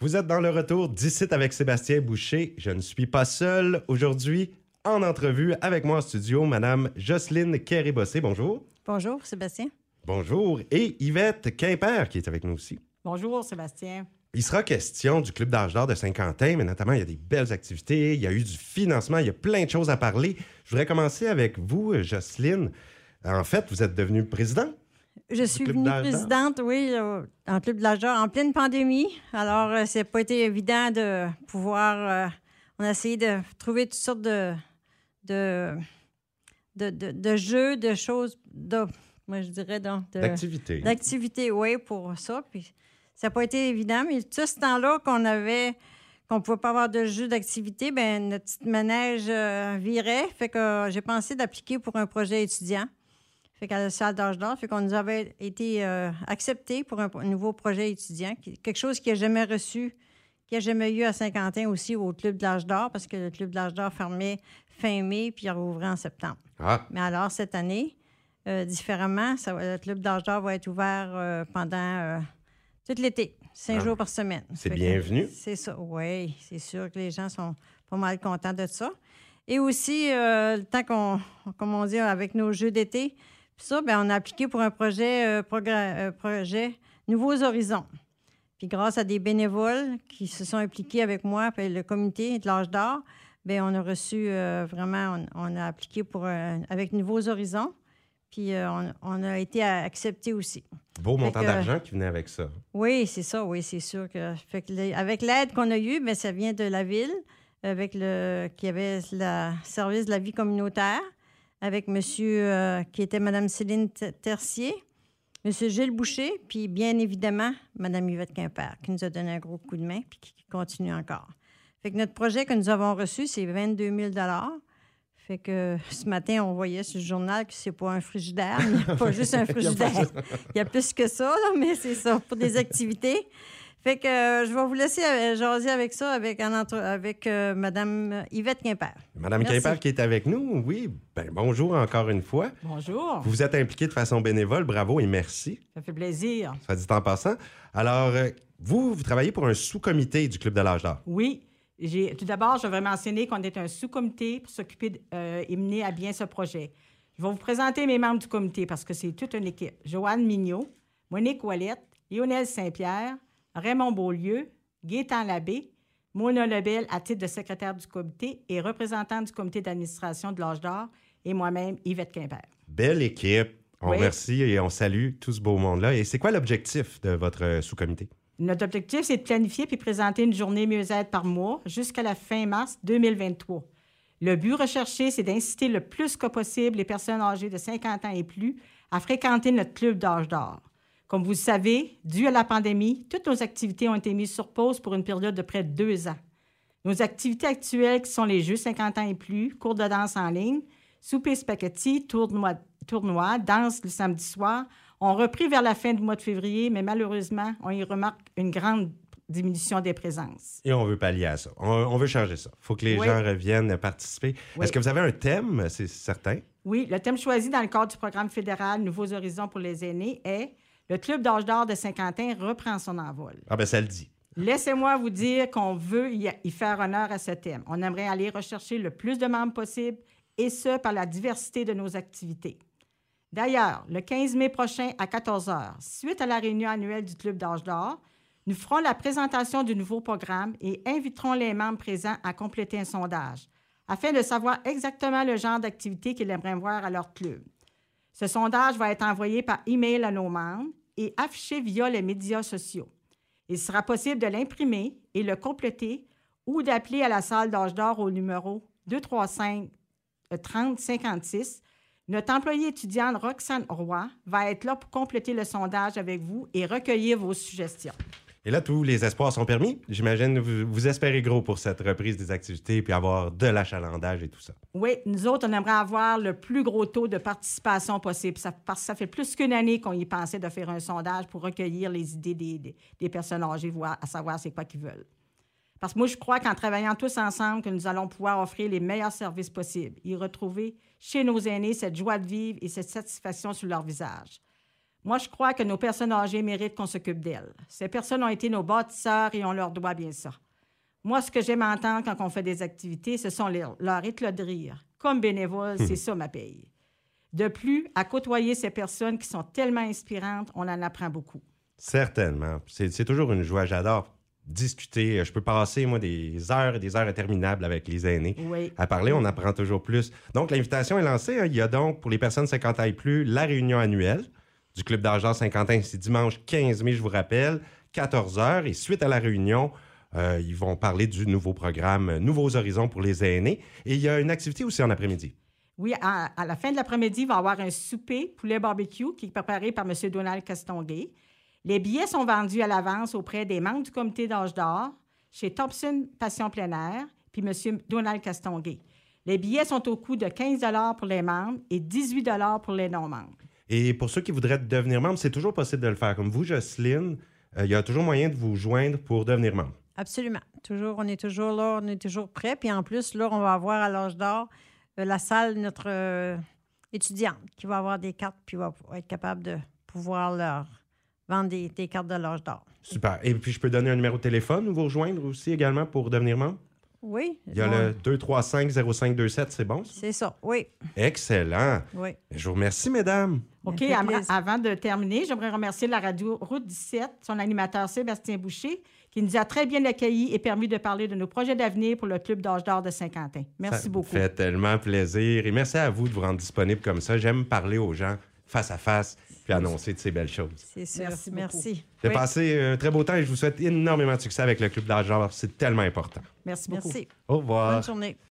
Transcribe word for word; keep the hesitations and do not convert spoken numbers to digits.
Vous êtes dans le retour d'ici avec Sébastien Boucher. Je ne suis pas seul aujourd'hui en entrevue avec moi en studio, Madame Jocelyne Quéré-Bossé. Bonjour. Bonjour, Sébastien. Bonjour. Et Yvette Quimper qui est avec nous aussi. Bonjour, Sébastien. Il sera question du Club d'âge d'or de Saint-Quentin, mais notamment, il y a des belles activités, il y a eu du financement, il y a plein de choses à parler. Je voudrais commencer avec vous, Jocelyne. En fait, vous êtes devenue présidente. Je suis venue présidente, oui, euh, en Club de l'âge d'or en pleine pandémie. Alors, euh, c'est pas été évident de pouvoir... Euh, on a essayé de trouver toutes sortes de, de, de, de, de jeux, de choses, de, moi, je dirais, donc, de, d'activités. D'activités, oui, pour ça. Puis, ça n'a pas été évident, mais tout ce temps-là qu'on avait... qu'on ne pouvait pas avoir de jeux d'activité, bien, notre petite manège euh, virait. Fait que euh, j'ai pensé d'appliquer pour un projet étudiant. Fait qu'à la salle d'âge d'or, fait qu'on nous avait été euh, acceptés pour un, un nouveau projet étudiant, qui, quelque chose qui n'a jamais reçu, qui n'a jamais eu à Saint-Quentin aussi au Club de l'âge d'or, parce que le Club de l'âge d'or fermait fin mai, puis il rouvrait en septembre. Ah. Mais alors, cette année, euh, différemment, ça, le Club de l'âge d'or va être ouvert euh, pendant euh, tout l'été, cinq ah. jours par semaine. C'est fait bienvenu. Que, c'est ça, oui. C'est sûr que les gens sont pas mal contents de ça. Et aussi, euh, le temps qu'on, comme on dit, avec nos jeux d'été, puis ça, bien, on a appliqué pour un projet, euh, progr- euh, projet Nouveaux Horizons. Puis grâce à des bénévoles qui se sont impliqués avec moi, puis le comité de l'âge d'or, bien, on a reçu euh, vraiment, on, on a appliqué pour euh, avec Nouveaux Horizons. Puis euh, on, on a été accepté aussi. Beau montant que, d'argent qui venait avec ça. Oui, c'est ça, oui, c'est sûr. Que, fait que les, avec l'aide qu'on a eue, bien, ça vient de la ville, avec le qui avait le service de la vie communautaire, avec monsieur euh, qui était Mme Céline Tercier, M. Gilles Boucher, puis bien évidemment, Mme Yvette Quimper, qui nous a donné un gros coup de main, puis qui continue encore. Fait que notre projet que nous avons reçu, c'est vingt-deux mille dollars. Fait que ce matin, on voyait sur le journal que c'est pas un frigidaire, il n'y a pas juste un frigidaire. Il y a plus que ça, là, mais c'est ça, pour des activités. Fait que euh, je vais vous laisser euh, jaser avec ça avec, entre, avec euh, Mme Yvette Quimper. Mme Quimper qui est avec nous, oui. Ben, bonjour encore une fois. Bonjour. Vous vous êtes impliquée de façon bénévole, bravo et merci. Ça fait plaisir. Ça dit en passant. Alors, euh, vous, vous travaillez pour un sous-comité du Club de l'âge d'or. Oui. J'ai, tout d'abord, je vais mentionner qu'on est un sous-comité pour s'occuper euh, et mener à bien ce projet. Je vais vous présenter mes membres du comité parce que c'est toute une équipe. Joanne Mignot, Monique Ouellette, Lionel Saint-Pierre, Raymond Beaulieu, Gaétan Labbé, Mona Lebel à titre de secrétaire du comité et représentante du comité d'administration de l'âge d'or et moi-même, Yvette Quimper. Belle équipe. On oui. remercie et on salue tout ce beau monde-là. Et c'est quoi l'objectif de votre sous-comité? Notre objectif, c'est de planifier puis présenter une journée mieux-être par mois jusqu'à la fin mars deux mille vingt-trois. Le but recherché, c'est d'inciter le plus que possible les personnes âgées de cinquante ans et plus à fréquenter notre club d'âge d'or. Comme vous le savez, dû à la pandémie, toutes nos activités ont été mises sur pause pour une période de près de deux ans. Nos activités actuelles, qui sont les jeux cinquante ans et plus, cours de danse en ligne, souper spaghetti, tournoi, tournoi, danse le samedi soir, ont repris vers la fin du mois de février, mais malheureusement, on y remarque une grande diminution des présences. Et on veut pallier à ça. On, on veut changer ça. Il faut que les oui. gens reviennent participer. Oui. Est-ce que vous avez un thème, c'est certain? Oui, le thème choisi dans le cadre du programme fédéral Nouveaux Horizons pour les aînés est « Le Club d'âge d'or de Saint-Quentin reprend son envol ». Ah bien, ça le dit. Laissez-moi vous dire qu'on veut y, y faire honneur à ce thème. On aimerait aller rechercher le plus de membres possible, et ce, par la diversité de nos activités. D'ailleurs, le quinze mai prochain à quatorze heures, suite à la réunion annuelle du Club d'âge d'or, nous ferons la présentation du nouveau programme et inviterons les membres présents à compléter un sondage afin de savoir exactement le genre d'activité qu'ils aimeraient voir à leur club. Ce sondage va être envoyé par email à nos membres et affiché via les médias sociaux. Il sera possible de l'imprimer et le compléter ou d'appeler à la salle d'âge d'or au numéro deux trois cinq trente cinquante-six. Notre employée étudiante Roxane Roy va être là pour compléter le sondage avec vous et recueillir vos suggestions. Et là, tous les espoirs sont permis. J'imagine que vous, vous espérez gros pour cette reprise des activités puis avoir de l'achalandage et tout ça. Oui, nous autres, on aimerait avoir le plus gros taux de participation possible. Ça, parce que ça fait plus qu'une année qu'on y pensait de faire un sondage pour recueillir les idées des, des, des personnes âgées, voir, à savoir c'est quoi qu'ils veulent. Parce que moi, je crois qu'en travaillant tous ensemble, que nous allons pouvoir offrir les meilleurs services possibles et retrouver chez nos aînés cette joie de vivre et cette satisfaction sur leur visage. Moi, je crois que nos personnes âgées méritent qu'on s'occupe d'elles. Ces personnes ont été nos bâtisseurs et on leur doit bien ça. Moi, ce que j'aime entendre quand on fait des activités, ce sont les, leurs éclats de rire. Comme bénévole, c'est ça ma paye. De plus, à côtoyer ces personnes qui sont tellement inspirantes, on en apprend beaucoup. Certainement. C'est, c'est toujours une joie. J'adore discuter. Je peux passer, moi, des heures et des heures interminables avec les aînés. Oui. À parler, on apprend toujours plus. Donc, l'invitation est lancée. Hein. Il y a donc, pour les personnes cinquante ans et plus, la réunion annuelle du Club d'âge d'or Saint-Quentin. C'est dimanche quinze mai, je vous rappelle, quatorze heures. Et suite à la réunion, euh, ils vont parler du nouveau programme Nouveaux Horizons pour les aînés. Et il y a une activité aussi en après-midi. Oui, à, à la fin de l'après-midi, il va y avoir un souper poulet barbecue qui est préparé par M. Donald Castonguay. Les billets sont vendus à l'avance auprès des membres du comité d'âge d'or, chez Thompson Passion Plein Air, puis M. Donald Castonguay. Les billets sont au coût de quinze dollars pour les membres et dix-huit dollars pour les non-membres. Et pour ceux qui voudraient devenir membres, c'est toujours possible de le faire. Comme vous, Jocelyne, euh, il y a toujours moyen de vous joindre pour devenir membre. Absolument. Toujours, on est toujours là, on est toujours prêt. Puis en plus, là, on va avoir à l'âge d'or euh, la salle, notre euh, étudiante qui va avoir des cartes puis va être capable de pouvoir leur vendre des, des cartes de l'âge d'or. Super. Et puis, je peux donner un numéro de téléphone ou vous rejoindre aussi également pour devenir membre? Oui. Il y a bon. le deux trois cinq zéro cinq deux sept, c'est bon? Ça? C'est ça, oui. Excellent. Oui. Je vous remercie, mesdames. OK, Ça fait am- plaisir. avant de terminer, j'aimerais remercier la radio Route dix-sept, son animateur Sébastien Boucher, qui nous a très bien accueillis et permis de parler de nos projets d'avenir pour le Club d'âge d'or de Saint-Quentin. Merci Ça me beaucoup. fait tellement plaisir. Et merci à vous de vous rendre disponible comme ça. J'aime parler aux gens face à face puis annoncer de ces belles choses. C'est sûr. Merci Merci. beaucoup. Merci. J'ai Oui. passé un très beau temps et je vous souhaite énormément de succès avec le Club d'âge d'or. C'est tellement important. Merci beaucoup. Merci. Au revoir. Bonne journée.